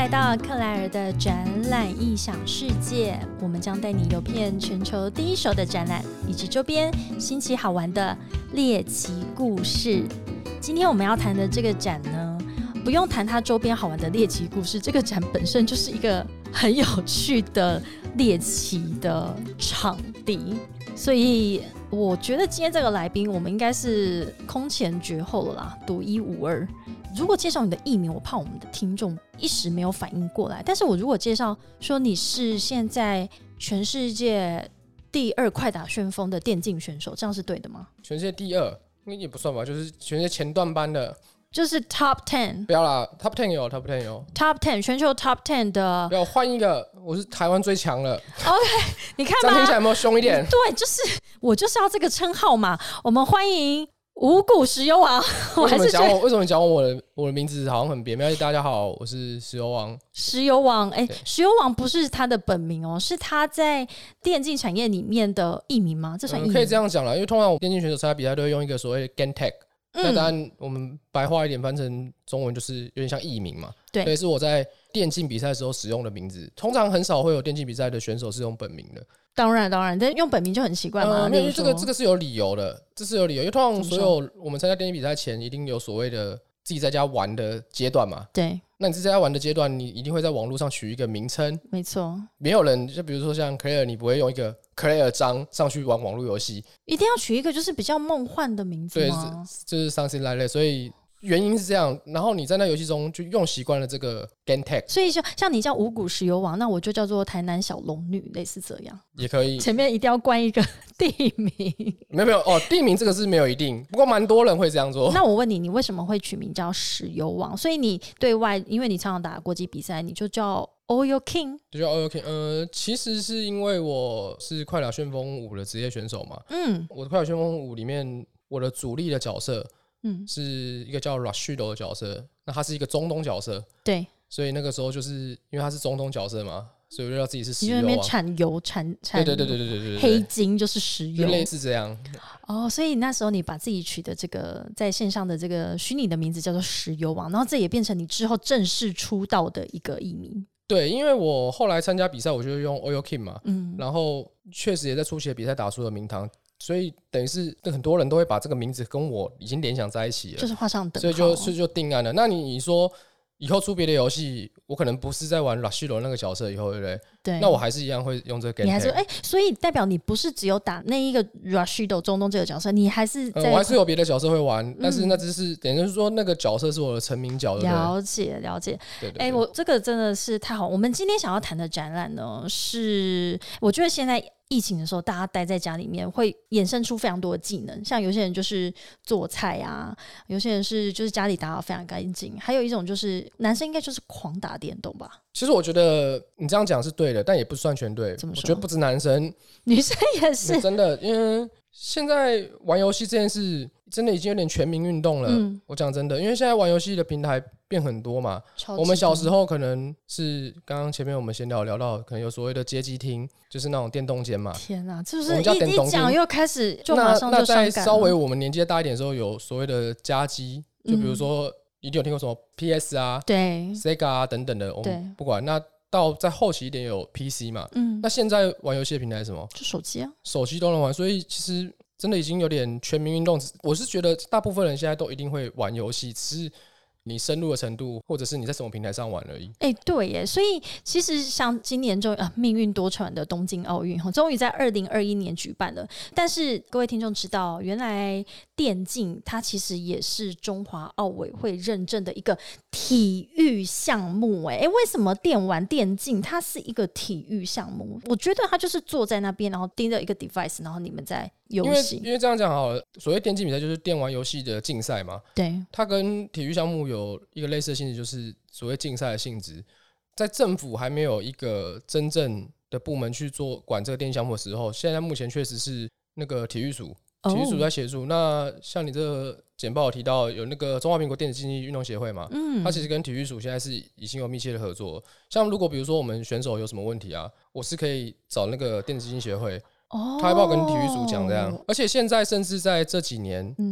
来到克莱尔的展览异想世界，我们将带你游遍全球第一手的展览以及周边新奇好玩的猎奇故事。今天我们要谈的这个展呢，不用谈它周边好玩的猎奇故事，这个展本身就是一个很有趣的猎奇的场地，所以我觉得今天这个来宾我们应该是空前绝后了啦，独一无二。如果介绍你的艺名，我怕我们的听众一时没有反应过来，但是我如果介绍说你是现在全世界第2快打旋风的电竞选手，这样是对的吗？ 全世界第2也不算吧，就是全世界前段班的， 就是 Top 10。 不要啦 ，Top 10有 Top 10有 Top 10全球 Top 10的。 不要换一个，我是台湾最强了。 OK， 你看吧， 这样听起来有没有凶一点？ 对，就是我就是要这个称号嘛。我们欢迎五谷石油王。 为什么讲我的名字好像很别妙？大家好，我是石油王。 石油王，石油王不是他的本名哦，是他在电竞产业里面的艺名吗？这算艺名？ 可以这样讲啦，因为通常电竞选手参加比赛都会用一个所谓的 Game Tag，那当然我们白话一点翻成中文就是有点像艺名嘛。对，所以是我在电竞比赛的时候使用的名字。通常很少会有电竞比赛的选手是用本名的。 当然，但用本名就很奇怪嘛。 因为这个是有理由的，这是有理由，因为通常所有我们参加电竞比赛前，一定有所谓的自己在家玩的阶段嘛。 对。 那你自己在家玩的阶段，你一定会在网络上取一个名称。 没错。 没有人就比如说像 Claire， 你不会用一个 Claire 张上去玩网络游戏， 一定要取一个就是比较梦幻的名字吗？ 对，就是 something like that， 所以原因是这样，然后你在那游戏中就用习惯了这个 Game Tag， 所以像你叫五谷石油王，那我就叫做台南小龙女，类似这样也可以。 前面一定要冠一个地名。 没有哦，地名这个是没有一定，不过蛮多人会这样做。 那我问你，你为什么会取名叫石油王？所以你对外，因为你常常打国际比赛，你就叫 Oil King， 就叫 Oil King。其实是因为我是快打旋风5的职业选手嘛。我的快打旋风5里面，我的主力的角色。是一个叫 Rashido 的角色，那他是一个中东角色，对，所以那个时候就是因为他是中东角色嘛，所以我就叫自己是石油王，因为那边产油产对， 黑金就是石油， 就类似这样。 所以那时候你把自己取的这个在线上的这个虚拟的名字叫做石油王，然后这也变成你之后正式出道的一个艺名。 对，因为我后来参加比赛，我就用 Oil King 嘛，然后确实也在初期的比赛打出了名堂。所以等于是很多人都会把这个名字跟我已经联想在一起了， 就是画上等号， 所以就定案了。那你说以后出别的游戏，我可能不是在玩 Rashido 那个角色以后，对不对？对，那我还是一样会用这个 Game Tag。你还是所以代表你不是只有打那一个 Rashido 中东这个角色，你还是我还是有别的角色会玩，但是那只是等于说那个角色是我的成名角。 了解。对，我这个真的是太好。我们今天想要谈的展览呢，是我觉得现在疫情的时候，大家待在家里面会衍生出非常多的技能，像有些人就是做菜啊，有些人是就是家里打扫非常干净，还有一种就是男生应该就是狂打电动吧。 其实我觉得你这样讲是对的，但也不算全对。怎么说？我觉得不止男生， 女生也是真的，因为现在玩游戏这件事真的已经有点全民运动了。我讲真的，因为现在玩游戏的平台变很多嘛。我们小时候可能是刚刚前面我们闲聊到，可能有所谓的街机厅，就是那种电动间嘛。 天哪，就是一讲又开始就马上就伤感了。 那在稍微我们年纪大一点的时候，有所谓的家机，就比如说一定有听过什么 PS 啊、对 Sega 啊等等的，我们不管。那到再后期一点有 PC 嘛，那现在玩游戏的平台是什么？ 就手机啊， 手机都能玩，所以其实真的已经有点全民运动。我是觉得大部分人现在都一定会玩游戏，只是你深入的程度，或者是你在什么平台上玩而已。 对耶，所以其实像今年命运多舛的东京奥运终于在2021年举办了。但是各位听众知道，原来电竞它其实也是中华奥委会认证的一个体育项目。为什么电竞它是一个体育项目？我觉得它就是坐在那边，然后盯着一个 device， 然后你们在游戏。 因为这样讲好了，所谓电竞比赛就是电玩游戏的竞赛嘛。对，它跟体育项目有一个类似的性质，就是所谓竞赛的性质。在政府还没有一个真正的部门去做管这个电竞项目的时候，现在目前确实是那个体育署在协助。那像你这个简报有提到有那个中华民国电子竞技运动协会嘛，它其实跟体育署现在是已经有密切的合作。像如果比如说我们选手有什么问题啊，我是可以找那个电子竞技协会，他会帮我跟体育署讲这样。而且现在甚至在这几年，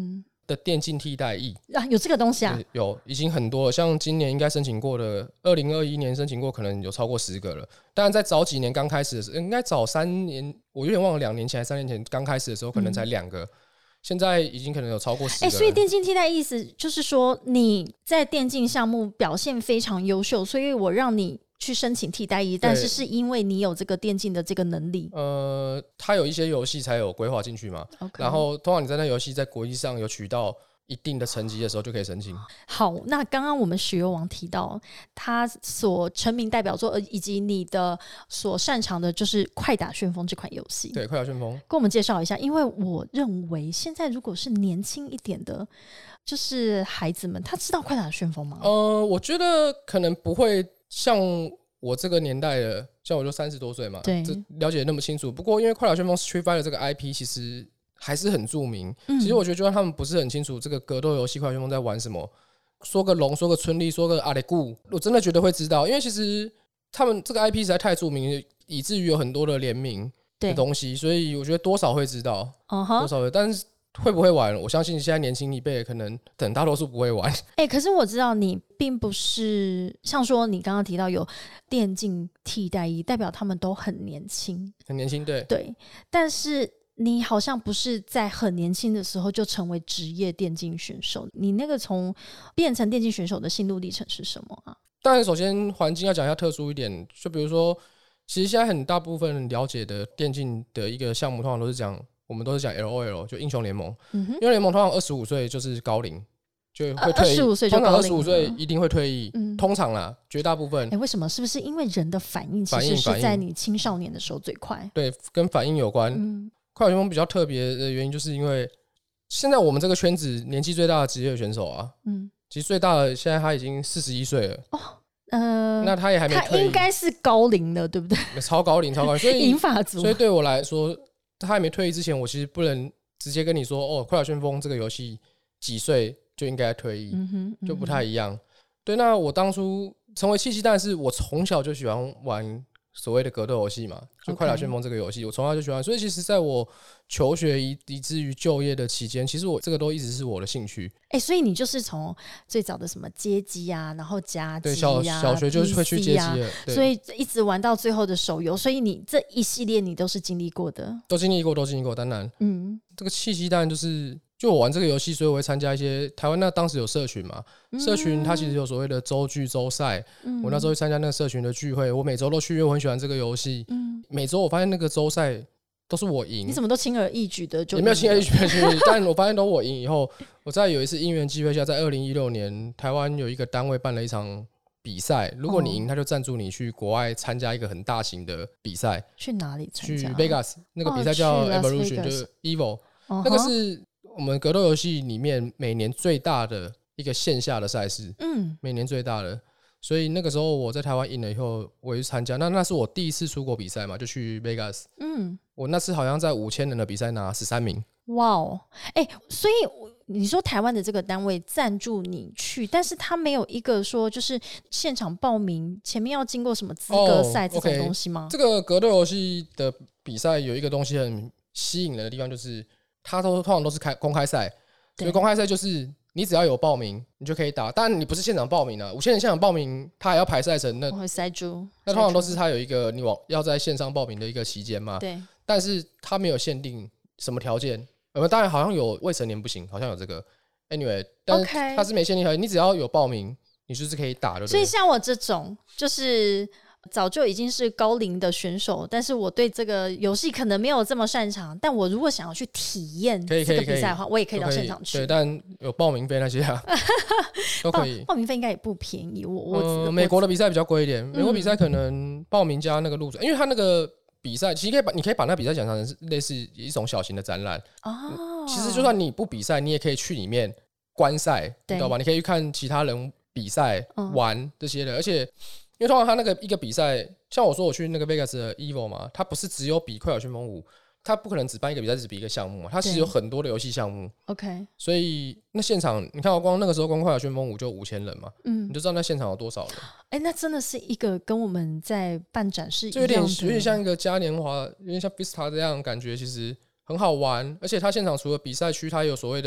的电竞替代役啊，有这个东西啊？ 有，已经很多了。像今年应该申请过的，2021年申请过，可能有超过10个了。当然，在早几年刚开始的时候，应该早3年，我有点忘了，2年前还是3年前刚开始的时候，可能才2个。现在已经可能有超过10个了。 所以电竞替代意思就是说，你在电竞项目表现非常优秀，所以我让你去申请替代役，但是是因为你有这个电竞的这个能力。 它有一些游戏才有规划进去嘛。Okay. 然后通常你在那游戏在国际上有取到一定的成绩的时候就可以申请。 好，那刚刚我们石油王提到他所成名代表作以及你的所擅长的就是快打旋风这款游戏。 对，快打旋风跟我们介绍一下，因为我认为现在如果是年轻一点的就是孩子们，他知道快打旋风吗？ 我觉得可能不会像我这个年代的，像我就30多岁嘛， 对， 了解那么清楚。不过因为快打旋风 Street Fighter 这个 IP 其实还是很著名。其实我觉得就算他们不是很清楚这个格斗游戏快打旋风在玩什么，说个龙，说个春丽，说个阿雷固，我真的觉得会知道。因为其实他们这个 IP 实在太著名，以至于有很多的联名的东西，所以我觉得多少会知道，多少会，但是会不会玩，我相信现在年轻一辈可能等大多数不会玩。 可是我知道你并不是像说你刚刚提到有电竞替代役，代表他们都很年轻， 很年轻，对， 但是你好像不是在很年轻的时候就成为职业电竞选手，你那个从变成电竞选手的心路历程是什么啊？ 当然首先环境要讲一下特殊一点，就比如说其实现在很大部分人了解的电竞的一个项目通常都是讲，我们都是讲 LOL 就英雄联盟。英雄联盟通常25岁就是高龄就会退役，25岁就高龄，通常25岁一定会退役，通常啦，绝大部分。 为什么？是不是因为人的反应其实是在你青少年的时候最快？ 对，跟反应有关。快打旋风比较特别的原因就是因为现在我们这个圈子年纪最大的职业选手啊，其实最大的现在他已经41岁了。那他也还没退役， 他应该是高龄的，对不对？ 超高龄，所以银发族。 所以对我来说，他还没退役之前，我其实不能直接跟你说，快打旋风这个游戏几岁就应该退役，就不太一样。对，那我当初成为契机，但是我从小就喜欢玩所谓的格斗游戏嘛，就快打旋风这个游戏，我从小就喜欢，所以其实在我求学以至于就业的期间，其实我这个都一直是我的兴趣。 所以你就是从最早的什么街机啊，然后家机啊，小学就会去街机了， 所以一直玩到最后的手游，所以你这一系列你都是经历过的， 都经历过，当然，这个契机当然就我玩这个游戏，所以我会参加一些台湾那当时有社群嘛，社群它其实有所谓的周聚周赛，我那时候会参加那个社群的聚会，我每周都去，因为我很喜欢这个游戏，每周我发现那个周赛都是我赢。 你怎么都轻而易举的就赢了？ 也没有轻而易举的，但我发现都我赢以后，我在有一次因缘机会下，在2016年台湾有一个单位办了一场比赛，如果你赢他就赞助你去国外参加一个很大型的比赛。 去哪里参加？ 去 Vegas， 那个比赛叫 Evolution，就是 Evo，那个是我们格斗游戏里面每年最大的一个线下的赛事，每年最大的。所以那个时候我在台湾赢了以后，我也去参加。那是我第一次出国比赛嘛，就去 Vegas。我那次好像在5000人的比赛拿13名。 哇哦，所以你说台湾的这个单位赞助你去，但是他没有一个说就是现场报名前面要经过什么资格赛这种东西吗？ 这个格斗游戏的比赛有一个东西很吸引人的地方，就是它通常都是公开赛，所以公开赛就是你只要有报名，你就可以打。当然你不是现场报名5000人现场报名，他还要排赛程，那会塞住。 那通常都是他有一个你要在线上报名的一个期间嘛。 对。 但是他没有限定什么条件，当然好像有未成年不行，好像有这个。Anyway， 但是他是没限定条件，你只要有报名，你就是可以打的。 所以像我这种就是早就已经是高龄的选手，但是我对这个游戏可能没有这么擅长，但我如果想要去体验这个比赛的话，我也可以到现场去。 对，但有报名费那些都可以。 报名费应该也不便宜。 美国的比赛比较贵一点，美国比赛可能报名加那个入场，因为他那个比赛其实你可以把那比赛想象成类似一种小型的展览。其实就算你不比赛，你也可以去里面观赛，你知道吧？你可以去看其他人比赛、玩这些的，而且。因为通常他那个一个比赛，像我说我去那个 Vegas 的 Evo 嘛，他不是只有比快打旋风5，他不可能只办一个比赛，只比一个项目嘛，他其实有很多的游戏项目。 OK， 所以那现场你看，光那个时候光快打旋风5就5000人嘛，你就知道那现场有多少人。 那真的是一个跟我们在办展示一样的， 就有点像一个嘉年华，有点像 Vista 这样感觉，其实很好玩。而且他现场除了比赛区，他有所谓的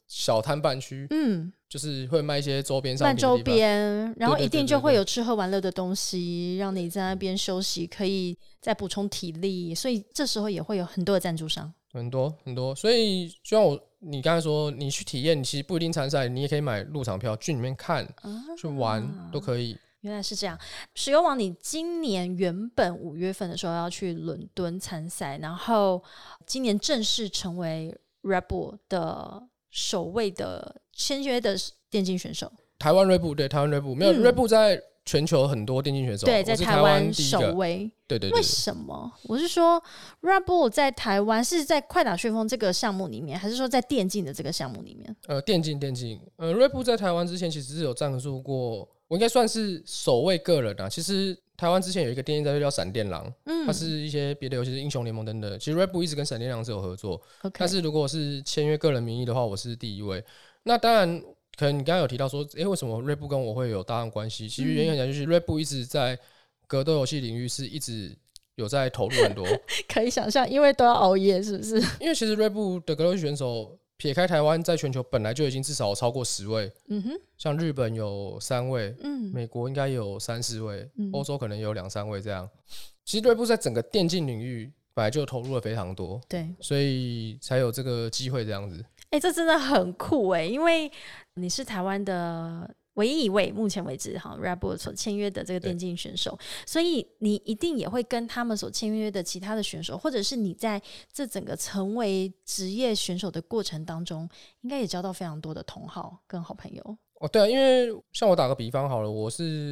小摊贩区，就是会卖一些周边商品的地方， 卖周边，然后一定就会有吃喝玩乐的东西，让你在那边休息，可以再补充体力，所以这时候也会有很多的赞助商， 很多很多。所以就像你刚才说，你去体验，你其实不一定参赛，你也可以买入场票去里面看，去玩都可以。 原来是这样。石油王，你今年原本5月份的时候要去伦敦参赛，然后今年正式成为 Red Bull 的首位的签约的电竞选手。 台湾 Red Bull， 对，台湾 Red Bull， 没有Red Bull 在全球很多电竞选手， 对，在台湾首位。 对， 为什么？我是说 Red Bull 在台湾是在快打旋风这个项目里面，还是说在电竞的这个项目里面？ 电竞，Red Bull 在台湾之前其实是有赞助过，我应该算是首位个人啊。其实台湾之前有一个电竞战队叫闪电狼，它是一些别的游戏，是英雄联盟等等。其实 Red Bull 一直跟闪电狼是有合作，但是如果是签约个人名义的话，我是第一位。那当然，可能你刚刚有提到说，为什么 Red Bull 跟我会有搭档关系？其实原因很简单，就是 Red Bull 一直在格斗游戏领域是一直有在投入很多， 可以想象，因为都要熬夜，是不是？ 因为其实 Red Bull 的格斗游戏选手，撇开台湾，在全球本来就已经至少超过10位，像日本有3位，美国应该有3、4位，欧洲可能有2、3位这样。其实 Red Bull 在整个电竞领域本来就投入了非常多，对，所以才有这个机会这样子。 这真的很酷因为你是台湾的唯一一位目前为止Red Bull 所签约的这个电竞选手，所以你一定也会跟他们所签约的其他的选手，或者是你在这整个成为职业选手的过程当中，应该也交到非常多的同好跟好朋友。 对啊，因为像我打个比方好了，我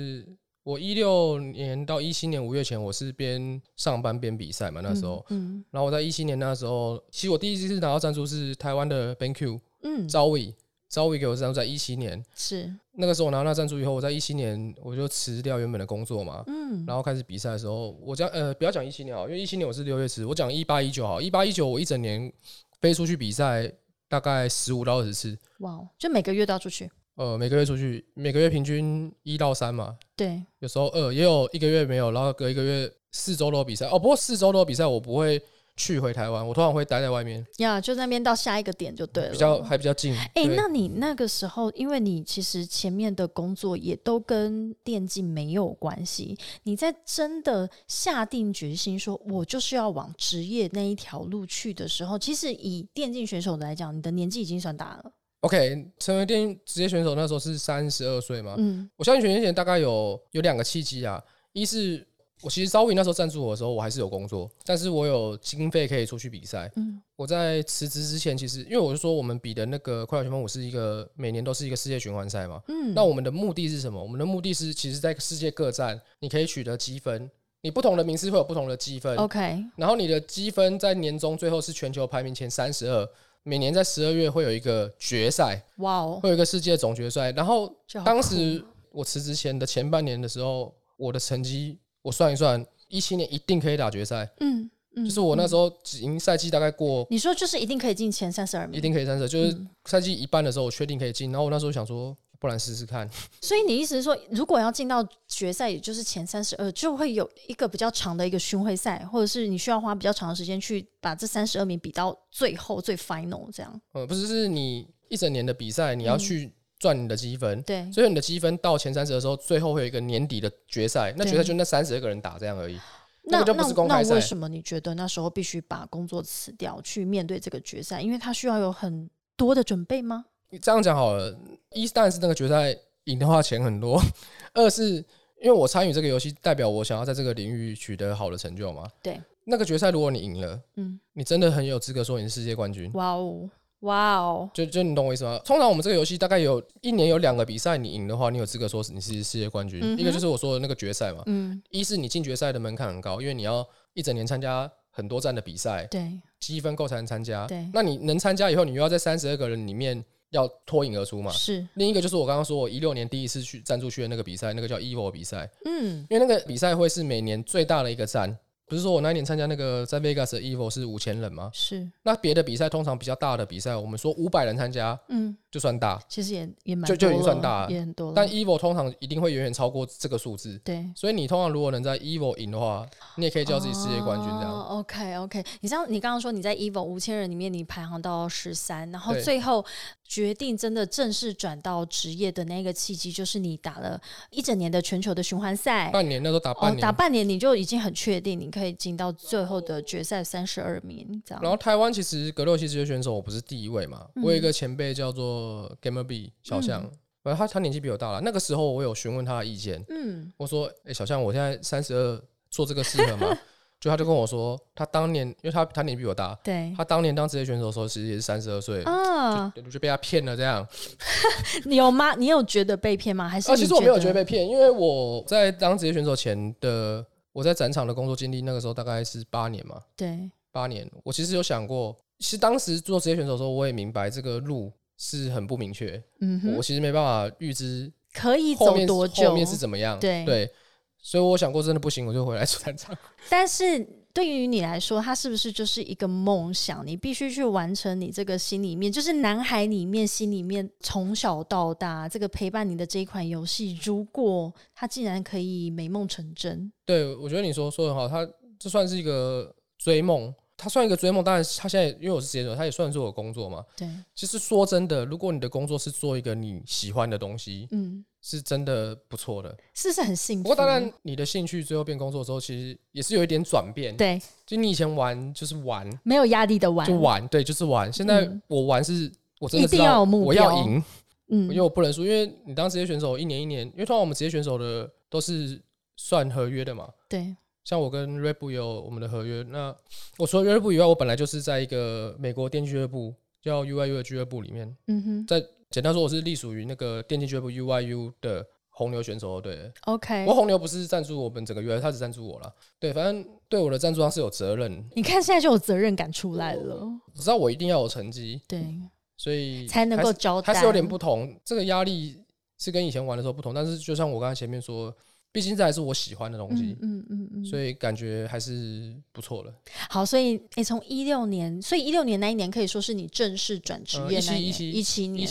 16年到17年5月前，我是边上班边比赛嘛，那时候，然后我在17年那时候，其实我第一次拿到赞助是台湾的 BenQ，招伟给我赞助在17年，是那个时候我拿到那赞助以后，我在17年我就辞掉原本的工作嘛，然后开始比赛的时候，我讲不要讲17年好，因为17年我是6月辞，我讲18、19好，18、19我一整年飞出去比赛大概15到20次，哇， 就每个月都要出去。 每个月出去，每个月平均1到3嘛，对，有时候2，也有1个月没有，然后隔1个月4周都有比赛。不过4周都有比赛，我不会去回台湾，我通常会待在外面， 就那边到下一个点就对了， 还比较近。 那你那个时候，因为你其实前面的工作也都跟电竞没有关系，你在真的下定决心说我就是要往职业那一条路去的时候，其实以电竞选手来讲，你的年纪已经算大了。 OK， 成为电竞职业选手那时候是32岁嘛，我相信选前大概有2个契机啊，一是我其实稍微那时候赞助我的时候，我还是有工作，但是我有经费可以出去比赛。我在辞职之前，其实因为我就说我们比的那个快打旋风，我是每年都是一个世界循环赛嘛，那我们的目的是什么？我们的目的是其实在世界各站你可以取得积分，你不同的名次会有不同的积分 ，OK， 然后你的积分在年终最后是全球排名前32。每年在12月会有一个决赛，会有一个世界总决赛。然后当时我辞职前的前半年的时候，我的成绩我算一算，17年一定可以打决赛。就是我那时候已经赛季大概过， 你说就是一定可以进前32名， 一定可以32，就是赛季一半的时候我确定可以进。然后我那时候想说，不然试试看。 所以你意思是说，如果要进到决赛，也就是前32，就会有一个比较长的一个巡回赛，或者是你需要花比较长的时间去把这32名比到最后最 final 这样。 不是，是你一整年的比赛，你要去赚你的积分，对，所以你的积分到前30的时候，最后会有一个年底的决赛，那决赛就那32个人打这样而已。那个就不是公开赛。 那为什么你觉得那时候必须把工作辞掉去面对这个决赛？因为他需要有很多的准备吗？ 这样讲好了，一当然是那个决赛赢的话钱很多，二是因为我参与这个游戏，代表我想要在这个领域取得好的成就嘛。对，那个决赛如果你赢了，你真的很有资格说你是世界冠军。哇哦！哇哦！就你懂我意思吗？通常我们这个游戏大概有1年有2个比赛，你赢的话，你有资格说你是世界冠军。一个就是我说的那个决赛嘛，一是你进决赛的门槛很高，因为你要一整年参加很多站的比赛，对，积分够才能参加。对，那你能参加以后，你又要在32个人里面要脱颖而出嘛。是。另一个就是我刚刚说，我16年第一次去赞助去的那个比赛，那个叫 EVO 比赛。因为那个比赛会是每年最大的一个站。 不是说我那一年参加那个在 Vegas 的 EVO 是5000人吗？ 是。 那别的比赛通常比较大的比赛，我们说500人参加，就算大， 其实也蛮多了， 就已经算大了， 也很多了。 但 EVO 通常一定会远远超过这个数字， 对。 所以你通常如果能在 EVO 赢的话，你也可以叫自己世界冠军这样。 OK， 你刚刚说你在 EVO 5000人里面你排行到13，然后最后决定真的正式转到职业的那个契机，就是你打了一整年的全球的循环赛， 半年，那时候打半年， 打半年你就已经很确定你可以进到最后的决赛32名这样。 然后台湾其实格斗系职业选手我不是第一位嘛，我有一个前辈叫做 Gamer B 小象，他年纪比我大了，那个时候我有询问他的意见，我说小象我现在32做这个适合吗？就他就跟我说，他当年因为他年纪比我大， 对， 他当年当职业选手的时候，其实也是32岁，就被他骗了这样。 你有吗？你有觉得被骗吗？还是其实我没有觉得被骗，因为我在当职业选手前的我在展场的工作经历，那个时候大概是8年嘛， 对 ，8年。我其实有想过，其实当时做职业选手的时候，我也明白这个路是很不明确，我其实没办法预知可以走多久， 后面是怎么样，对。所以我想过真的不行我就回来出战场。 但是对于你来说它是不是就是一个梦想，你必须去完成你这个心里面就是男孩里面心里面从小到大这个陪伴你的这一款游戏，如果它竟然可以美梦成真。 对，我觉得你说得很好，它这算是一个追梦，它算一个追梦，当然它现在因为我是职业选手，它也算是我的工作嘛。 对， 其实说真的，如果你的工作是做一个你喜欢的东西，是真的不错的， 是很幸福。 不过当然你的兴趣最后变工作之后，其实也是有一点转变。 对， 就你以前玩就是玩，没有压力的玩， 就玩，对，就是玩。现在我玩是我真的知道我要赢，因为我不能输。因为你当职业选手一年，因为通常我们职业选手的都是算合约的嘛。对，像我跟 Red Bull 有我们的合约。那我除了 Red Bull 以外，我本来就是在一个美国电竞俱乐部叫 UIU 的俱乐部里面。在简单说，我是隶属于那个电竞俱乐部 UIU 的红牛选手。对 ，OK。我红牛不是赞助我们整个 UIU， 他只赞助我啦。对，反正对我的赞助商是有责任。 你看现在就有责任感出来了， 知道我一定要有成绩， 对， 所以才能够交代。 还是有点不同，这个压力是跟以前玩的时候不同。但是就像我刚才前面说，毕竟这还是我喜欢的东西，所以感觉还是不错的。 好，所以从16年，所以16年那一年可以说是你正式转职业那一年，17年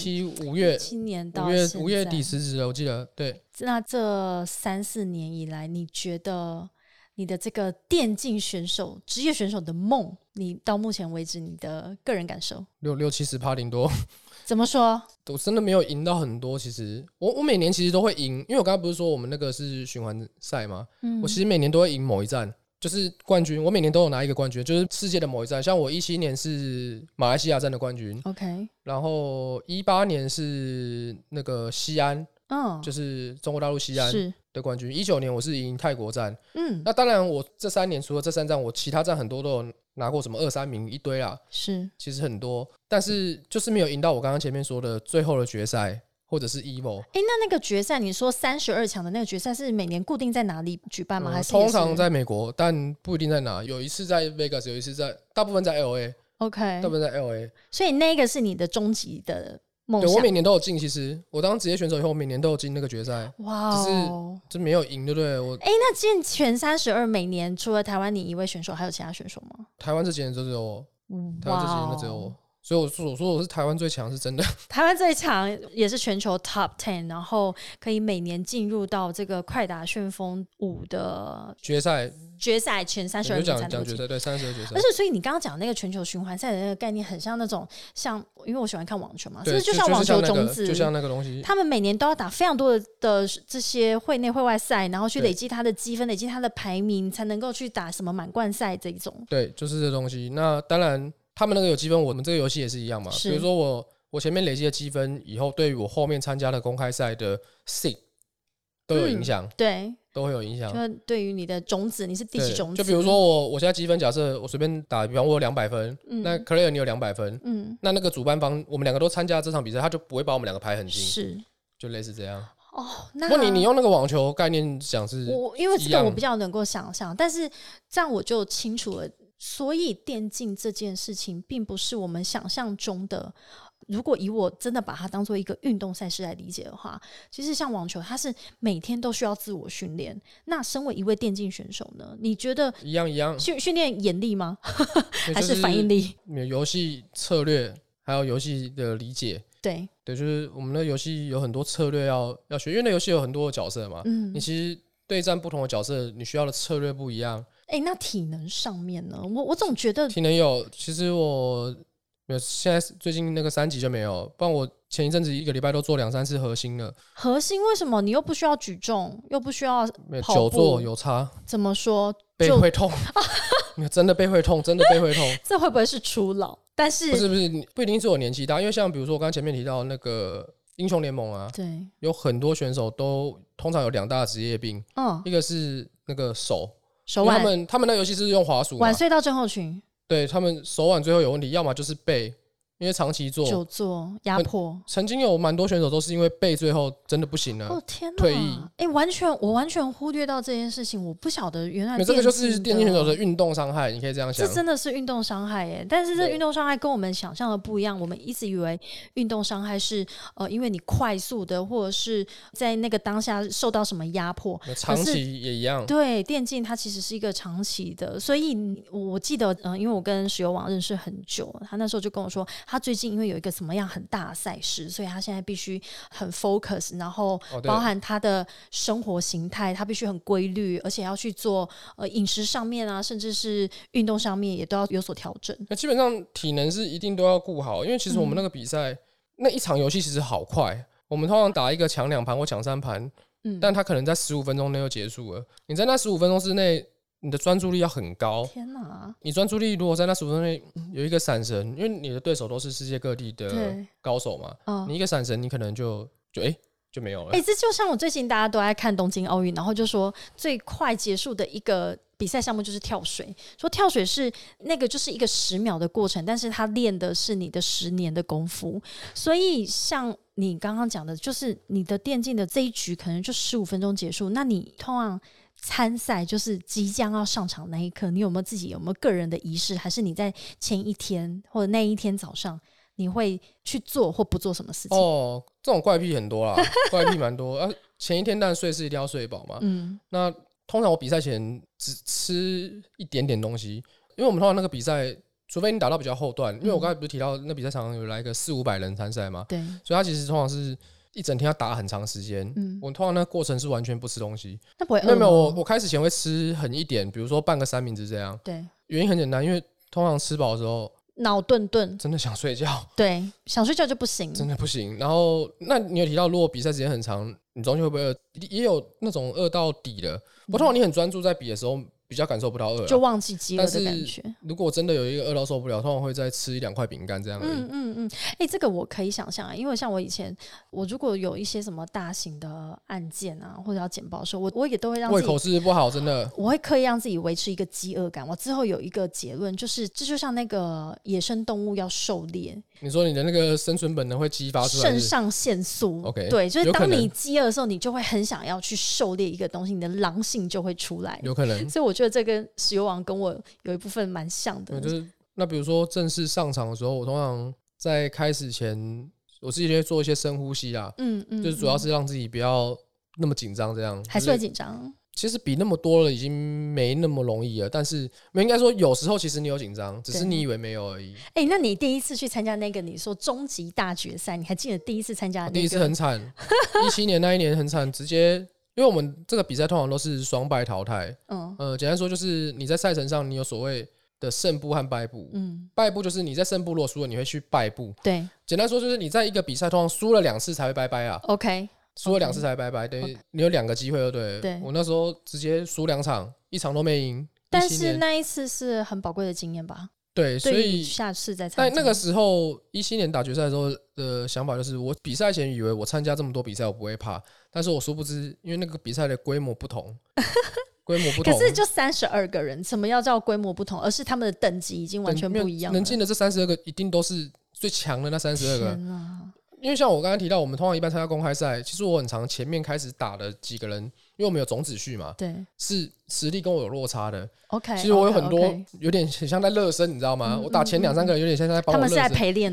，5月到 5月底辞职了，我记得。对， 那这3-4年以来，你觉得你的这个电竞选手、职业选手的梦，你到目前为止你的个人感受 ？60-70%顶多。 怎么说？ 我真的没有赢到很多。其实我每年其实都会赢，因为我刚才不是说我们那个是循环赛吗？我其实每年都会赢某一站，就是冠军。我每年都有拿一个冠军，就是世界的某一站。像我17年是马来西亚站的冠军 ，OK。 然后18年是那个西安，就是中国大陆西安的冠军。19年我是赢泰国站，那当然我这3年除了这3站，我其他站很多都有拿过什么2、3名一堆啦，是其实很多，但是就是没有赢到我刚刚前面说的最后的决赛或者是 EVO。 那个决赛你说32强的那个决赛是每年固定在哪里举办吗？还是通常在美国，但不一定在哪，有一次在 Vegas， 有一次在大部分在 LA。OK， 大部分在 LA， 所以那个是你的终极的梦想。 对，我每年都有进，其实我当职业选手以后，我每年都有进那个决赛。哇，只是就没有赢，对不对？ 那进前32每年除了台湾你一位选手，还有其他选手吗？ 台湾这几年就只有我，台湾这几年就只有我。所以我说我是台湾最强是真的， 台湾最强也是全球 Top 10，然后可以每年进入到这个快打旋风5的决赛前32名才能进。 对，32决赛。 而且所以你刚刚讲那个全球循环赛的那个概念，很像那种因为我喜欢看网球嘛，是不是就像网球种子， 就像那个东西， 他们每年都要打非常多的这些会内会外赛，然后去累积他的积分，累积他的排名，才能够去打什么满贯赛这一种。 对，就是这东西。那当然。他们那个有积分，我们这个游戏也是一样嘛。比如说我前面累积的积分，以后对于我后面参加的公开赛的 seed 都有影响。 对， 都会有影响。 就对于你的种子，你是第几种子？ 就比如说我现在积分，假设我随便打，比方我有200分，那 Claire 你有200分，那个主办方我们2个都参加这场比赛，他就不会把我们2个排很近，是，就类似这样。 那不过你用那个网球概念讲是， 因为这个我比较能够想象，但是这样我就清楚了。所以电竞这件事情并不是我们想象中的如果以我真的把它当做一个运动赛事来理解的话，其实像网球它是每天都需要自我训练，那身为一位电竞选手呢，你觉得一样训练眼力吗？还是反应力？ 游戏策略还有游戏的理解。 对， 就是我们的游戏有很多策略要学，因为那游戏有很多的角色嘛，你其实对战不同的角色，你需要的策略不一样。 那体能上面呢？我总觉得体能有，其实我没有，现在最近那个3级就没有，不然我前一阵子1个礼拜都做2-3次核心了。 核心为什么？你又不需要举重，又不需要跑步， 久坐有差。 怎么说？ 背会痛，真的背会痛，真的背会痛。 这会不会是初老？但是不是不一定是我年纪大，因为像比如说我刚才前面提到那个英雄联盟啊， 对， 有很多选手都通常有2大职业病，一个是那个手腕，他们那游戏是用滑鼠嘛， 腕隧道症候群， 对，他们手腕最后有问题，要么就是背。因为长期做久坐压迫， 曾经有蛮多选手都是因为背最后真的不行了， 天哪， 退役。 我完全忽略到这件事情，我不晓得原来这个就是电竞选手的运动伤害，你可以这样想。 这真的是运动伤害耶！但是这运动伤害跟我们想象的不一样，我们一直以为运动伤害是因为你快速的或者是在那个当下受到什么压迫， 长期也一样。 对，电竞它其实是一个长期的，所以我记得因为我跟石油网认识很久，他那时候就跟我说。他最近因为有一个什么样很大的赛事，所以他现在必须很 focus， 然后包含他的生活形态，他必须很规律，而且要去做饮食上面啊，甚至是运动上面也都要有所调整。 那基本上体能是一定都要顾好，因为其实我们那个比赛、那一场游戏其实好快，我们通常打一个抢2盘或抢3盘，但他可能在15分钟内就结束了。你在那15分钟之内。你的专注力要很高， 天哪！ 你专注力如果在那15分钟内有一个闪神，因为你的对手都是世界各地的高手嘛，你一个闪神，你可能就没有了。 这就像我最近大家都在看东京奥运，然后就说最快结束的一个比赛项目就是跳水，说跳水是那个就是一个10秒的过程，但是他练的是你的10年的功夫。所以像你刚刚讲的，就是你的电竞的这一局可能就15分钟结束，那你通常参赛就是即将要上场那一刻，你有没有个人的仪式，还是你在前一天或者那一天早上你会去做或不做什么事情？ 这种怪癖很多啦，怪癖蛮多。前一天当然睡是一定要睡饱嘛。那通常我比赛前只吃一点点东西，因为我们通常那个比赛，除非你打到比较后段，因为我刚才不是提到那比赛常常有来个400-500人参赛嘛， 对， 所以他其实通常是。一整天要打很长时间，我通常那个过程是完全不吃东西。 那不会饿吗？ 没有，我开始前会吃很一点，比如说半个三明治这样。 对， 原因很简单，因为通常吃饱的时候脑顿顿，真的想睡觉。 对，想睡觉就不行， 真的不行。然后，那你有提到，如果比赛时间很长，你中间会不会饿？也有那种饿到底的。通常你很专注在比的时候。比较感受不到饿， 就忘记饥饿的感觉。 如果真的有一个饿到受不了，通常会再吃1-2块饼干这样而已。这个我可以想象啊，因为像我以前，我如果有一些什么大型的案件啊，或者要简报的时候，我也都会让自己胃口是不好，真的， 我会刻意让自己维持一个饥饿感。我之后有一个结论，就是这就像那个野生动物要狩猎， 你说你的那个生存本能会激发出来肾上腺素。 OK， 对，就是当你饥饿的时候，你就会很想要去狩猎一个东西，你的狼性就会出来， 有可能。 所以我觉得这跟石油王跟我有一部分蛮像的。 就是那比如说正式上场的时候，我通常在开始前，我自己就会做一些深呼吸啦，就是主要是让自己不要那么紧张，这样还是会紧张。 其实比那么多了已经没那么容易了，但是应该说有时候其实你有紧张，只是你以为没有而已。 那你第一次去参加那个你说终极大决赛，你还记得第一次参加的那个？ 第一次很惨，17年那一年很惨，直接因为我们这个比赛通常都是双败淘汰。简单说就是你在赛程上你有所谓的胜部和败部。败部就是你在胜部如果输了，你会去败部。 对， 简单说就是你在一个比赛通常输了2次才会拜拜啊。 OK。 输了2次才拜拜，等于你有2个机会，对。我那时候直接输2场，1场都没赢。 但是那一次是很宝贵的经验吧？ 对，所以下次再参加。 在那个时候17年打决赛的时候的想法就是，我比赛前以为我参加这么多比赛我不会怕，但是我殊不知，因为那个比赛的规模不同。可是就32个人，什么要叫规模不同？而是他们的等级已经完全不一样了。 能进的这32个一定都是最强的那32个。因为像我刚刚提到，我们通常一般参加公开赛，其实我很常前面开始打的几个人，因为我们有总子序嘛， 对， 是实力跟我有落差的。 OK， 其实我有很多有点像在热身，你知道吗？我打前2-3个人有点像在帮我热身。 他们是在陪练的啦。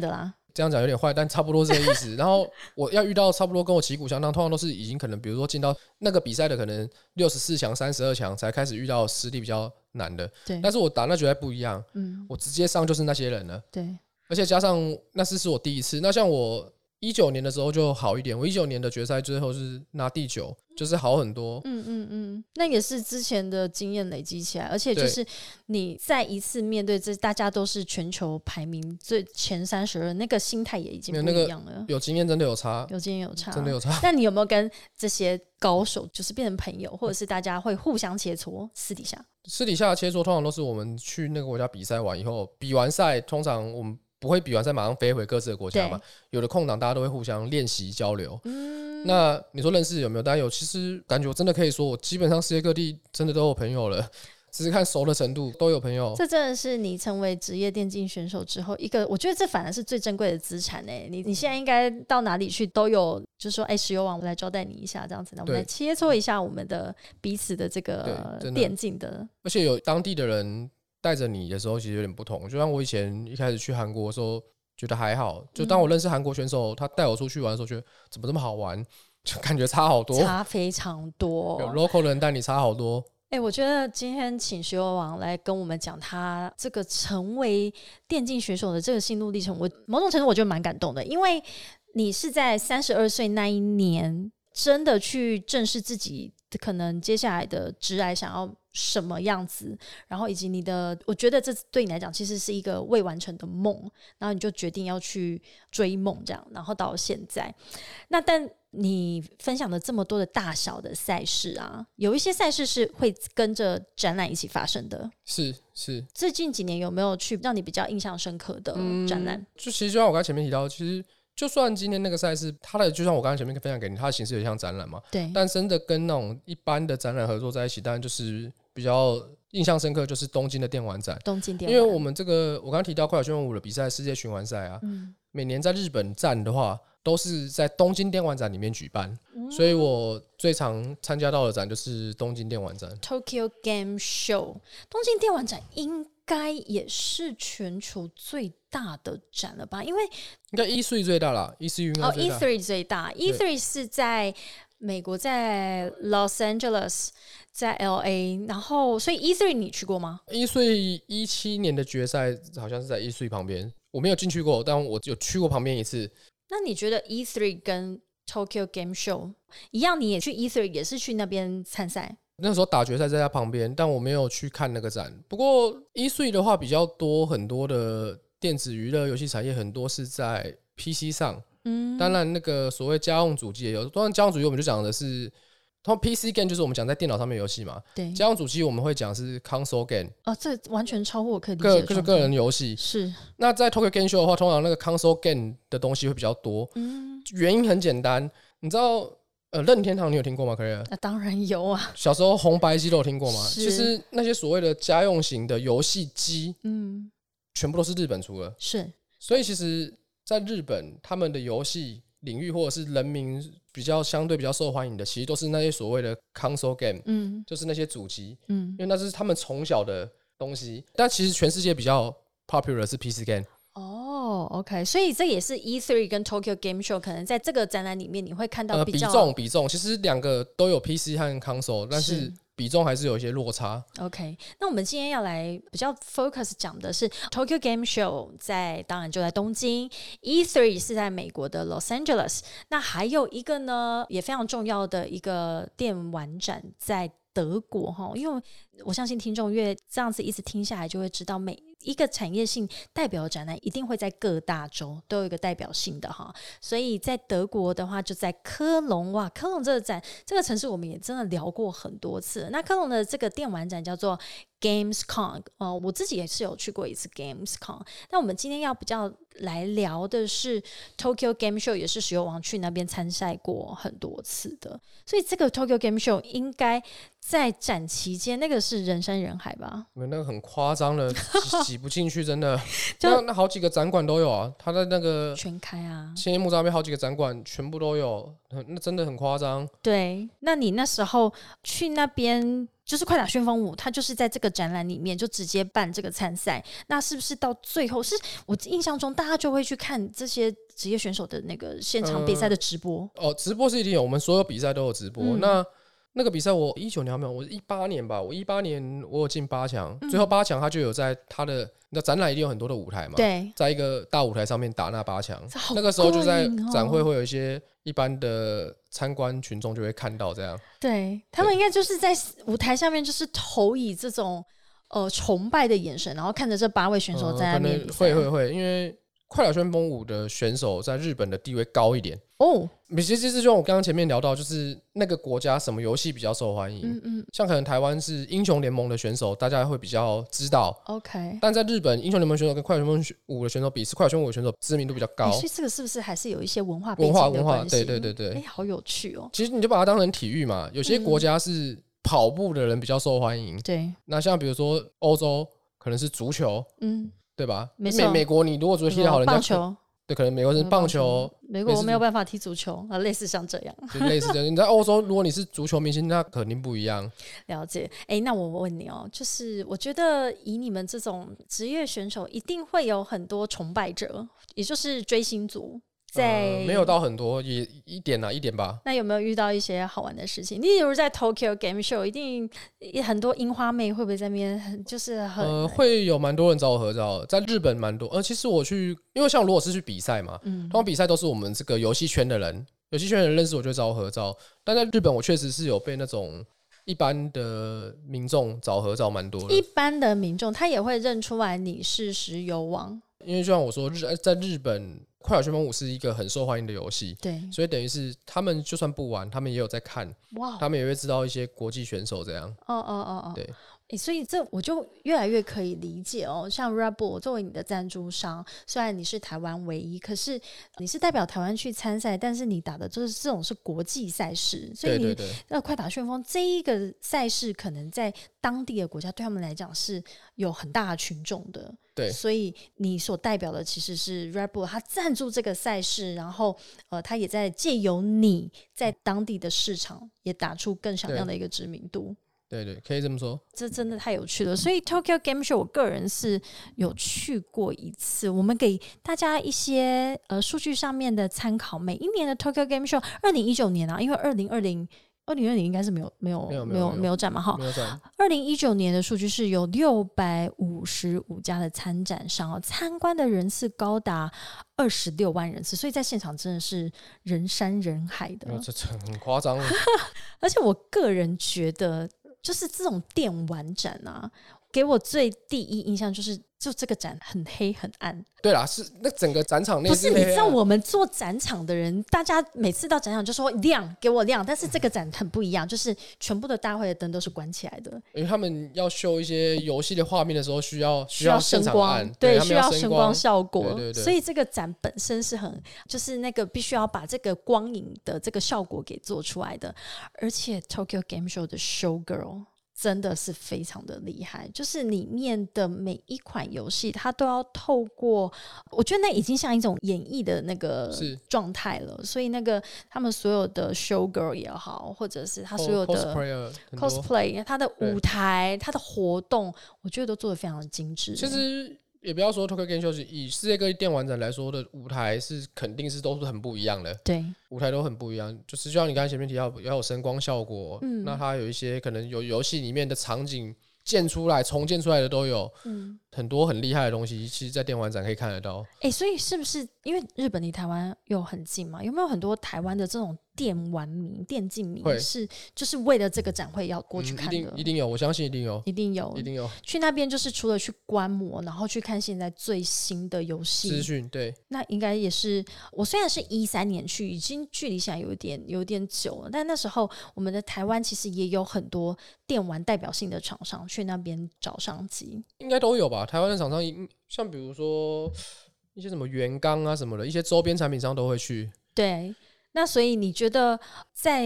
这样讲有点坏，但差不多这个意思。然后我要遇到差不多跟我旗鼓相当，通常都是已经可能比如说进到那个比赛的可能64强、32强才开始遇到实力比较难的。 对， 但是我打那决赛不一样，我直接上就是那些人了。 对， 而且加上那是我第一次。那像我19年的时候就好一点，我19年的决赛最后是拿第9，就是好很多。 那也是之前的经验累积起来，而且就是你再一次面对这大家都是全球排名最前32，那个心态也已经不一样了。 有经验真的有差， 有经验有差， 真的有差。 那你有没有跟这些高手就是变成朋友，或者是大家会互相切磋？私底下切磋通常都是我们去那个国家比赛完以后，比完赛通常我们不会比完赛马上飞回各自的国家嘛，有的空档大家都会互相练习交流。那你说认识有没有？大家有，其实感觉我真的可以说，我基本上世界各地真的都有朋友了，只是看熟的程度，都有朋友。 这真的是你成为职业电竞选手之后一个，我觉得这反而是最珍贵的资产欸。你现在应该到哪里去都有，就是说，石油网我来招待你一下，这样子，那我们来切磋一下我们的彼此的这个电竞的， 而且有当地的人带着你的时候，其实有点不同。就像我以前一开始去韩国的时候，觉得还好，就当我认识韩国选手，他带我出去玩的时候，觉得怎么这么好玩，就感觉差好多， 差非常多。 有 local 的人带你差好多。 我觉得今天请石油王来跟我们讲他这个成为电竞选手的这个心路历程，我某种程度我觉得蛮感动的，因为你是在32岁那一年真的去正视自己可能接下来的职涯想要什么样子，然后以及你的，我觉得这对你来讲其实是一个未完成的梦，然后你就决定要去追梦这样，然后到现在。那但你分享了这么多的大小的赛事啊，有一些赛事是会跟着展览一起发生的。 是最近几年有没有去让你比较印象深刻的展览？ 就其实就像我刚才前面提到，其实就算今天那个赛事，它的就像我刚才前面分享给你，它的形式有点像展览嘛， 对。 但真的跟那种一般的展览合作在一起，当然就是比较印象深刻，就是东京的电玩展。因为我们这个我刚刚提到快打旋风5的比赛世界循环赛啊，每年在日本站的话，都是在东京电玩展里面举办，所以我最常参加到的展就是东京电玩展 Tokyo Game Show。 东京电玩展应该也是全球最大的展了吧？因为应该 E3 最大啦， E3 应该最大。 E3 最大， E3 是在美国，在 Los Angeles， 在 LA， 然后所以 E3 你去过吗？ E3 17年的决赛好像是在 E3 旁边，我没有进去过，但我有去过旁边一次。 那你觉得 E3 跟 Tokyo Game Show 一样，你也去 E3 也是去那边参赛？ 那时候打决赛在他旁边，但我没有去看那个展。不过 E3 的话比较多，很多的电子娱乐游戏产业很多是在 PC 上，当然那个所谓家用主机也有。当然家用主机我们就讲的是PC game， 就是我们讲在电脑上面游戏嘛。 对， 家用主机我们会讲是 console game。这完全超乎我可以理解的个人游戏。 是。 那在 Tokyo Game Show 的话，通常那个 console game 的东西会比较多。原因很简单，你知道任天堂你有听过吗？可以？ 当然有啊。 小时候红白机都有听过吗？其实那些所谓的家用型的游戏机，全部都是日本出的。 是。 所以其实在日本他们的游戏领域或者是人民相对比较受欢迎的，其实都是那些所谓的 console game，就是那些主机，因为那是他们从小的东西。但其实全世界比较 popular 是 PC game。 OK， 所以这也是 E3 跟 Tokyo Game Show 可能在这个展览里面你会看到比较比重，其实两个都有 PC 和 console， 但是比重还是有一些落差。 OK， 那我们今天要来比较 focus 讲的是 Tokyo Game Show， 当然就在东京， E3 是在美国的 Los Angeles， 那还有一个呢也非常重要的一个电玩展在德国，因为我相信听众越这样子一直听下来就会知道，每一个产业性代表的展览一定会在各大洲都有一个代表性的哈，所以在德国的话就在科隆。哇，科隆这个展，这个城市我们也真的聊过很多次。那科隆的这个电玩展叫做 Gamescom， 我自己也是有去过一次 Gamescom。那我们今天要比较来聊的是 Tokyo Game Show， 也是石油王去那边参赛过很多次的，所以这个 Tokyo Game Show 应该在展期间那个是人山人海吧？ 那个很夸张的，挤不进去，真的。那好几个展馆都有啊，他在那个全开啊， 千叶木栅那边好几个展馆全部都有，那真的很夸张。 对，那你那时候去那边就是快打旋风舞，它就是在这个展览里面就直接办这个参赛，那是不是到最后是我印象中大家就会去看这些职业选手的那个现场比赛的直播？ 直播是一定有，我们所有比赛都有直播。那个比赛我19年没有，我18年吧，我18年我有进8强，最后8强他就有在他的那展览一定有很多的舞台嘛， 对， 在一个大舞台上面打那8强，那个时候就在展会会有一些一般的参观群众就会看到这样， 对他们应该就是在舞台下面就是投以这种崇拜的眼神，然后看着这8位选手在那边比赛， 会，因为快打旋风舞的选手在日本的地位高一点哦。其实就像我刚刚前面聊到，就是那个国家什么游戏比较受欢迎，像可能台湾是英雄联盟的选手，大家会比较知道。OK， 但在日本，英雄联盟选手跟快打旋风舞的选手比，是快打旋风舞的选手知名度比较高。 所以这个是不是还是有一些文化背景的关系？对，好有趣哦。 其实你就把它当成体育嘛，有些国家是跑步的人比较受欢迎， 对。 那像比如说欧洲，可能是足球，对吧？美国你如果足球踢得好，人家棒球， 对，可能美国是棒球， 美国没有办法踢足球，类似像这样， 就类似这样。你在欧洲，如果你是足球明星，那肯定不一样。 了解。那我问你哦，就是我觉得以你们这种职业选手，一定会有很多崇拜者，也就是追星族。 没有到很多，也一点吧。 那有没有遇到一些好玩的事情？例如在 Tokyo Game Show， 一定很多樱花妹会不会在那边就是会有蛮多人找我合照，在日本蛮多。其实我去，因为像如果是去比赛嘛，通常比赛都是我们这个游戏圈的人认识我就找我合照。但在日本，我确实是有被那种一般的民众找合照蛮多的。 一般的民众他也会认出来你是石油王， 因为就像我说，在日本。快打旋风舞是一个很受欢迎的游戏， 对， 所以等于是他们就算不玩，他们也有在看，哇，他们也会知道一些国际选手这样。 对，所以这我就越来越可以理解哦。像 Red Bull 作为你的赞助商，虽然你是台湾唯一，可是你是代表台湾去参赛，但是你打的就是这种是国际赛事，所以你那快打旋风这一个赛事，可能在当地的国家对他们来讲是有很大的群众的。 对， 所以你所代表的其实是 Red Bull， 他赞助这个赛事，然后他也在借由你在当地的市场也打出更响亮的一个知名度。 对，可以这么说， 这真的太有趣了。所以 Tokyo Game Show 我个人是有去过一次，我们给大家一些数据上面的参考。每一年的 Tokyo Game Show 2019年啊，因为2020应该是没有展嘛哈。2019年的数据是有655家的参展商，参观的人次高达26万人次，所以在现场真的是人山人海的， 这很夸张。 而且我个人觉得。就是这种电玩展啊，给我最第一印象就这个展很黑很暗。 对啦，是那整个展场内不是你知道我们做展场的人，大家每次到展场就说亮，给我亮，但是这个展很不一样，就是全部的大会的灯都是关起来的， 因为他们要秀一些游戏的画面的时候需要声光，对，需要声光效果， 对， 所以这个展本身是很就是那个必须要把这个光影的这个效果给做出来的，而且 Tokyo Game Show 的 Show Girl。真的是非常的厉害，就是里面的每一款游戏它都要透过，我觉得那已经像一种演绎的那个状态了，所以那个他们所有的 show girl 也好，或者是他所有的 cosplay 他的舞台他的活动，我觉得都做得非常的精致。 其实也不要说 Tokyo Game Show， 以世界各地电玩展来说的舞台是肯定是都是很不一样的， 对， 舞台都很不一样，就是就像你刚才前面提到要有声光效果，那它有一些可能有游戏里面的场景建出来重建出来的都有，很多很厉害的东西其实在电玩展可以看得到。 所以是不是因为日本离台湾又很近嘛，有没有很多台湾的这种电玩迷电竞迷是就是为了这个展会要过去看的？ 一定有，我相信一定有去那边就是除了去观摩，然后去看现在最新的游戏资讯。对， 那应该也是我虽然是13年去，已经距离现在有点久了，但那时候我们的台湾其实也有很多电玩代表性的厂商去那边找商机， 应该都有吧？台湾的厂商像比如说一些什么元刚啊什么的，一些周边产品商都会去。 对，那所以你觉得在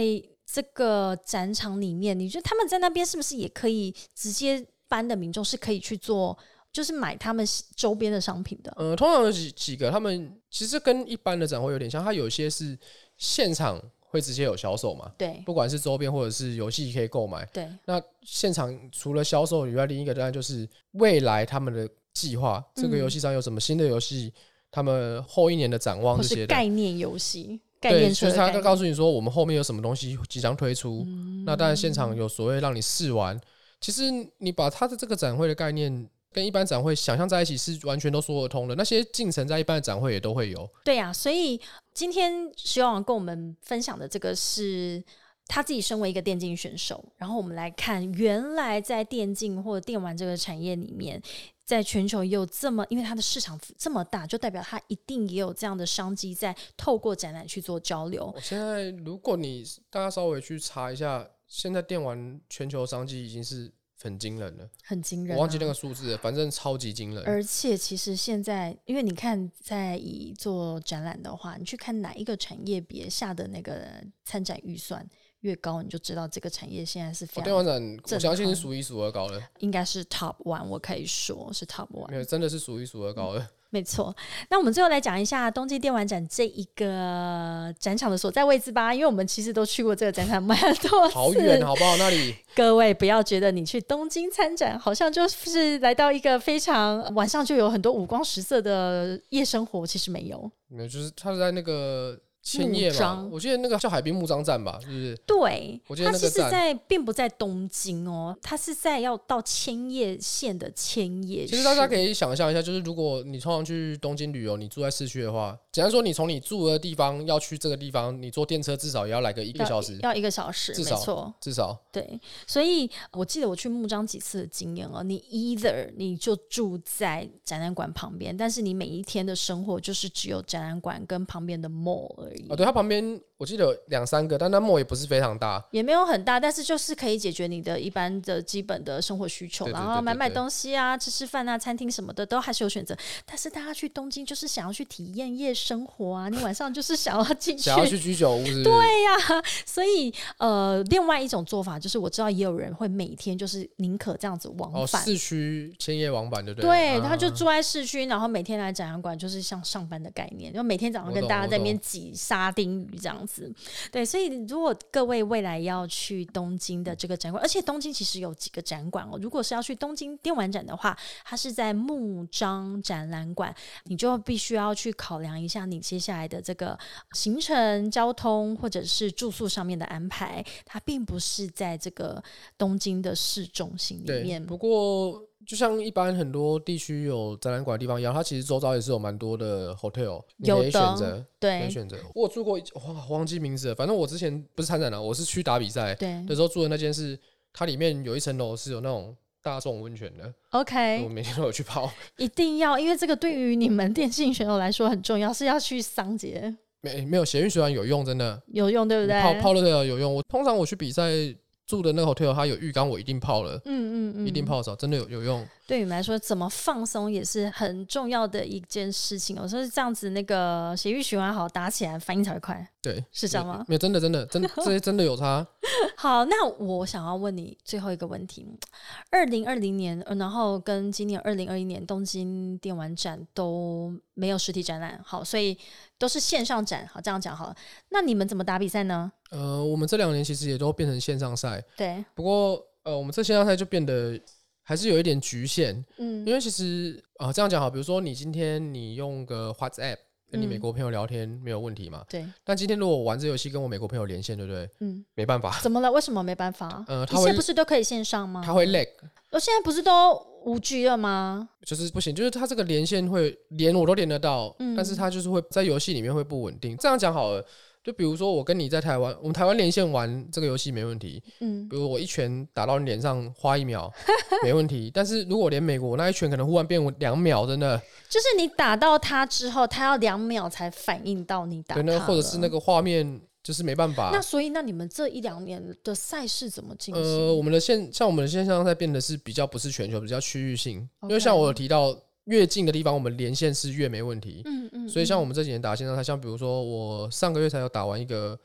这个展场里面，你觉得他们在那边是不是也可以直接一般的民众是可以去做，就是买他们周边的商品的？ 通常有几个，他们其实跟一般的展会有点像，它有些是现场会直接有销售嘛， 对， 不管是周边或者是游戏可以购买。 对， 那现场除了销售以外，另一个当然就是未来他们的计划，这个游戏上有什么新的游戏，他们后一年的展望这些的， 或是概念游戏。对， 就是他告诉你说我们后面有什么东西即将推出，那当然现场有所谓让你试玩。其实你把他的这个展会的概念跟一般展会想象在一起是完全都说得通的，那些进程在一般的展会也都会有。 对啊，所以今天徐王跟我们分享的这个是他自己身为一个电竞选手，然后我们来看原来在电竞或者电玩这个产业里面，在全球也有这么，因为它的市场这么大，就代表它一定也有这样的商机在透过展览去做交流。 现在如果大家稍微去查一下，现在电玩全球商机已经是很惊人了， 很惊人， 我忘记那个数字了，反正超级惊人。 而且其实现在，因为你看，在以做展览的话，你去看哪一个产业别下的那个参展预算越高，你就知道这个产业现在是非常电玩展，我相信是数一数二高的， 应该是 top one， 我可以说是 top one， 没有，真的是数一数二高的。 没错，那我们最后来讲一下冬季电玩展这一个展场的所在位置吧，因为我们其实都去过这个展场蛮多次， 好远好不好？那里各位不要觉得你去东京参展好像就是来到一个非常晚上就有很多五光十色的夜生活，其实没有， 没有，就是他是在那个千叶嘛，我记得那个叫海滨木章站吧，是不是？ 对， 我记得那个站并不在东京哦，它是在要到千叶县的千叶市。 其实大家可以想象一下，就是如果你通常去东京旅游，你住在市区的话，简单说，你从你住的地方要去这个地方，你坐电车至少也要来个1个小时， 要1个小时， 至少， 没错， 至少。 对，所以我记得我去木章几次的经验哦，你 either 你就住在展览馆旁边，但是你每一天的生活就是只有展览馆跟旁边的 mall 而已。 对，它旁边我记得有2、3个，但那 mall 也不是非常大， 也没有很大，但是就是可以解决你的一般的基本的生活需求，然后买东西啊、吃饭啊、餐厅什么的都还是有选择。但是大家去东京就是想要去体验夜生活啊，你晚上就是想要进去， 想要去居酒屋是不是？ 对呀、所以另外一种做法就是我知道也有人会每天就是宁可这样子往返， 市区千叶往返，对不对？ 对，他就住在市区，然后每天来展览馆，就是像上班的概念，就每天早上跟大家在那边挤沙丁鱼这样子。对，所以如果各位未来要去东京的这个展馆，而且东京其实有几个展馆哦，如果是要去东京电玩展的话，它是在木章展览馆，你就必须要去考量一下你接下来的这个行程、交通或者是住宿上面的安排，它并不是在这个东京的市中心里面。 不过就像一般很多地区有展览馆的地方一样，它其实周遭也是有蛮多的 hotel， 你可以选择， 对， 可以选择。我有住过，忘记名字了，反正我之前不是参展了，我是去打比赛的时候住的那间是，它里面有一层楼是有那种大众温泉的。 OK， 我每天都有去泡， 一定要，因为这个对于你们电竞选手来说很重要，是要去桑杰。 没有血运水完有用，真的有用，对不对？ 泡了有用。通常我去比赛住的那个 hotel 它有浴缸，我一定泡了，一定泡澡，真的有用。 对你们来说，怎么放松也是很重要的一件事情。有时候是这样子，那个血液循环好，打起来反应才会快。 对， 是这样吗？ 没有，真的这些真的有差。 好，那我想要问你最后一个问题：2020年，然后跟今年2021年东京电玩展都没有实体展览，好，所以都是线上展。好，这样讲好了。那你们怎么打比赛呢？ 我们这2年其实也都变成线上赛。 对。 不过我们这线上赛就变得还是有一点局限。因为其实这样讲好，比如说你今天你用个 WhatsApp 跟你美国朋友聊天没有问题嘛？ 对。 但今天如果我玩这游戏跟我美国朋友连线，对不对？没办法。 怎么了？为什么没办法？一切不是都可以线上吗？ 它会 lag。 现在不是都5G 了吗？ 就是不行，就是它这个连线会连我都连得到，但是它就是会在游戏里面会不稳定。这样讲好了。就比如说我跟你在台湾，我们台湾连线玩这个游戏没问题，比如我一拳打到你脸上花1秒没问题，但是如果连美国那一拳可能忽然变2秒，真的就是你打到他之后，他要2秒才反应到你打他了， 对，或者是那个画面就是没办法。 那所以那你们这1-2年的赛事怎么进行？ 我们的线上赛变得是比较不是全球，比较区域性，因为像我有提到。越近的地方我们连线是越没问题，所以像我们这几年打线上赛，像比如说我上个月才有打完一个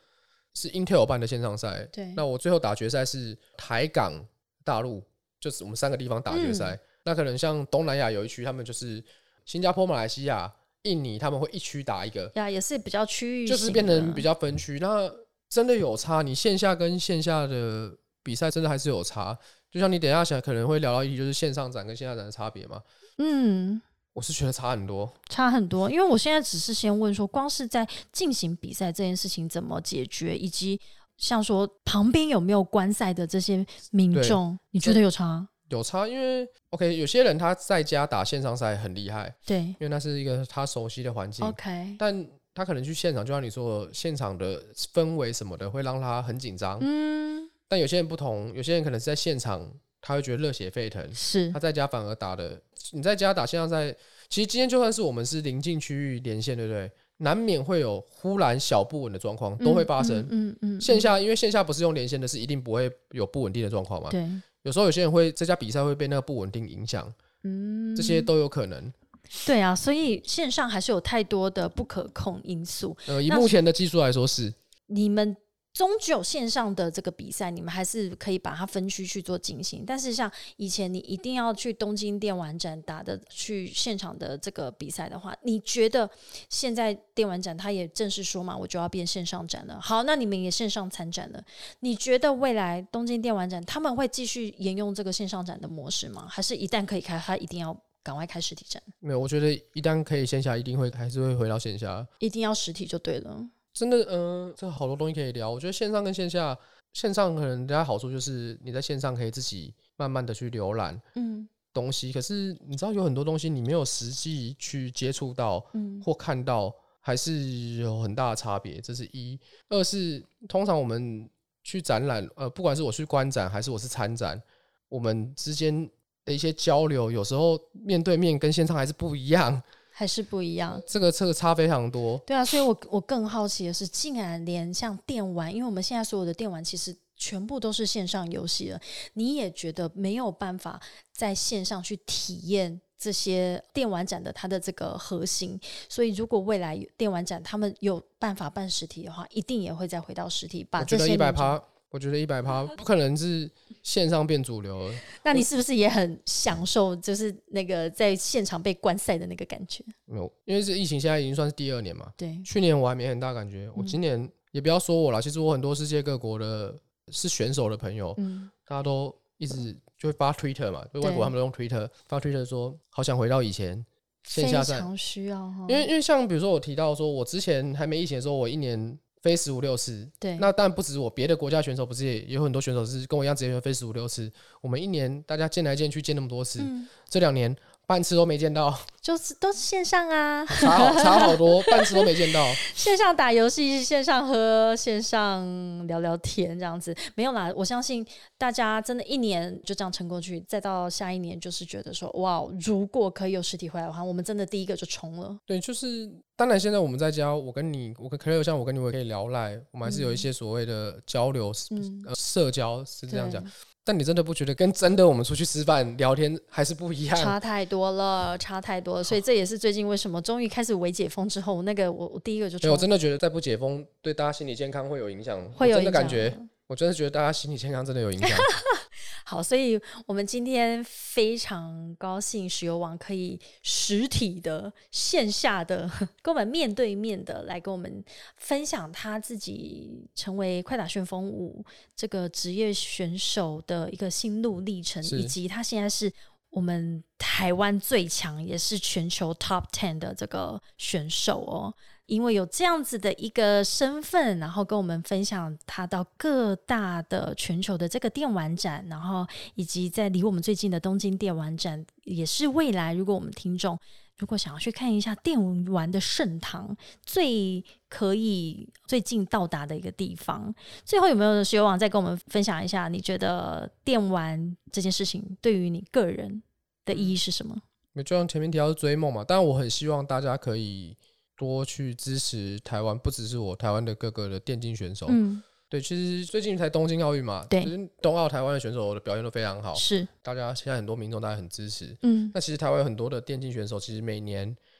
是 Intel 办的线上赛， 对， 那我最后打决赛是台港大陆，就是我们3个地方打决赛。那可能像东南亚有一区，他们就是新加坡、马来西亚、印尼，他们会一区打一个， 也是比较区域性的， 就是变成比较分区。那真的有差，你线下跟线下的比赛真的还是有差。就像你等一下想可能会聊到一题，就是线上展跟线下展的差别嘛。我是觉得差很多， 因为我现在只是先问说，光是在进行比赛这件事情怎么解决，以及像说旁边有没有观赛的这些民众，你觉得有差？ 有差，因为 OK， 有些人他在家打线上赛很厉害， 对， 因为那是一个他熟悉的环境 ，OK， 但他可能去现场，就像你说的，现场的氛围什么的会让他很紧张。但有些人不同，有些人可能是在现场，他会觉得热血沸腾， 是他在家反而打的。你在家打线上赛，其实今天就算是我们是临近区域连线，对不对？难免会有忽然小不稳的状况，都会发生。线下因为线下不是用连线的，是一定不会有不稳定的状况嘛。 对， 有时候有些人会这家比赛会被那个不稳定影响，这些都有可能。 对啊，所以线上还是有太多的不可控因素。 以目前的技术来说是， 你们终究线上的这个比赛，你们还是可以把它分区去做进行。但是像以前你一定要去东京电玩展打的去现场的这个比赛的话，你觉得现在电玩展它也正式说嘛，我就要变线上展了。好，那你们也线上参展了，你觉得未来东京电玩展他们会继续沿用这个线上展的模式吗？还是一旦可以开，他一定要赶快开实体展？ 没有，我觉得一旦可以线下，一定会还是会回到线下， 一定要实体就对了。 真的，这好多东西可以聊。我觉得线上跟线下，线上可能它好处就是你在线上可以自己慢慢的去浏览东西，可是你知道有很多东西你没有实际去接触到或看到，还是有很大的差别。这是一。二是通常我们去展览，不管是我去观展还是我是参展，我们之间的一些交流，有时候面对面跟线上还是不一样。 还是不一样， 这个差非常多。 对啊，所以我更好奇的是，竟然连像电玩，因为我们现在所有的电玩其实全部都是线上游戏了，你也觉得没有办法在线上去体验这些电玩展的它的这个核心，所以如果未来电玩展他们有办法办实体的话，一定也会再回到实体，把这些我觉得100%不可能是线上变主流了。 那你是不是也很享受就是那个在现场被观赛的那个感觉？ 没有，因为这疫情现在已经算是第2年嘛。 对， 去年我还没很大感觉，我今年也不要说我啦，其实我很多世界各国的是选手的朋友，大家都一直就会发 Twitter 嘛，就外国他们都用 Twitter 发 Twitter 说好想回到以前线下赛， 非常需要。 因为像比如说我提到说，我之前还没疫情的时候，我一年飞15-16次， 对， 那当然不止我，别的国家选手不是也有很多选手是跟我一样直接飞15-16次。我们一年大家见来见去见那么多次，这2年半次都没见到， 就是都是线上啊， 差好多，半次都没见到。 线上打游戏，线上喝，线上聊聊天，这样子没有啦。我相信大家真的一年就这样撑过去，再到下一年就是觉得说，哇，如果可以有实体回来的话，我们真的第一个就冲了。 对，就是当然现在我们在家，我跟 Claire 像我跟你也可以聊赖，我们还是有一些所谓的交流，社交是这样讲。但你真的不觉得跟真的我们出去吃饭聊天还是不一样？ 差太多了，所以这也是最近为什么终于开始微解封之后，那个我第一个就冲。 我真的觉得再不解封，对大家心理健康会有影响，会有影响。真的感觉，我真的觉得大家心理健康真的有影响。 好，所以我们今天非常高兴石油网可以实体的线下的跟我们面对面的来跟我们分享他自己成为快打旋风5这个职业选手的一个心路历程，以及他现在是我们台湾最强也是全球 Top 10的这个选手哦。因为有这样子的一个身份，然后跟我们分享他到各大的全球的这个电玩展，然后以及在离我们最近的东京电玩展，也是未来如果我们听众如果想要去看一下电玩的盛唐最可以最近到达的一个地方。最后有没有石油网再跟我们分享一下，你觉得电玩这件事情对于你个人的意义是什么？ 就像前面提到是追梦嘛，当然我很希望大家可以多去支持台湾，不只是我，台湾的各个的电竞选手。对，其实最近才东京奥运嘛，对，就是冬奥台湾的选手的表现都非常好， 是大家现在很多民众大家很支持。那其实台湾有很多的电竞选手，其实每年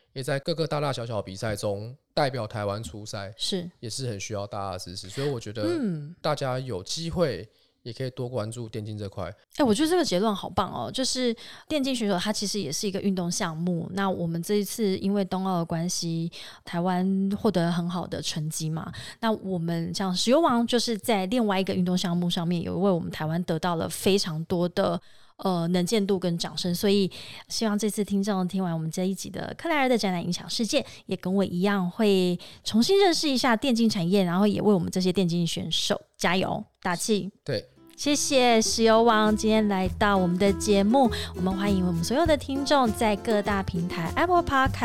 也在各个大大小小比赛中代表台湾出赛，也是很需要大家的支持。所以我觉得大家有机会也可以多关注电竞这块。 我觉得这个结论好棒哦，就是电竞选手它其实也是一个运动项目。那我们这一次因为冬奥的关系，台湾获得很好的成绩嘛，那我们像石油王就是在另外一个运动项目上面有为我们台湾得到了非常多的能见度跟掌声，所以希望这次听众听完我们这一集的克莱尔的展览影响世界，也跟我一样会重新认识一下电竞产业，然后也为我们这些电竞选手加油打气。 对， 谢谢石油王今天来到我们的节目，我们欢迎我们所有的听众在各大平台 Apple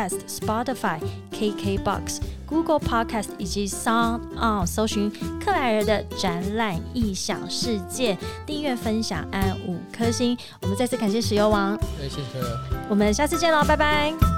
Podcast、Spotify、KKBOX、Google Podcast 以及 Sound On 搜寻克莱尔的展览异想世界，订阅分享按5颗星。我们再次感谢石油王， 谢谢， 我们下次见咯，拜拜。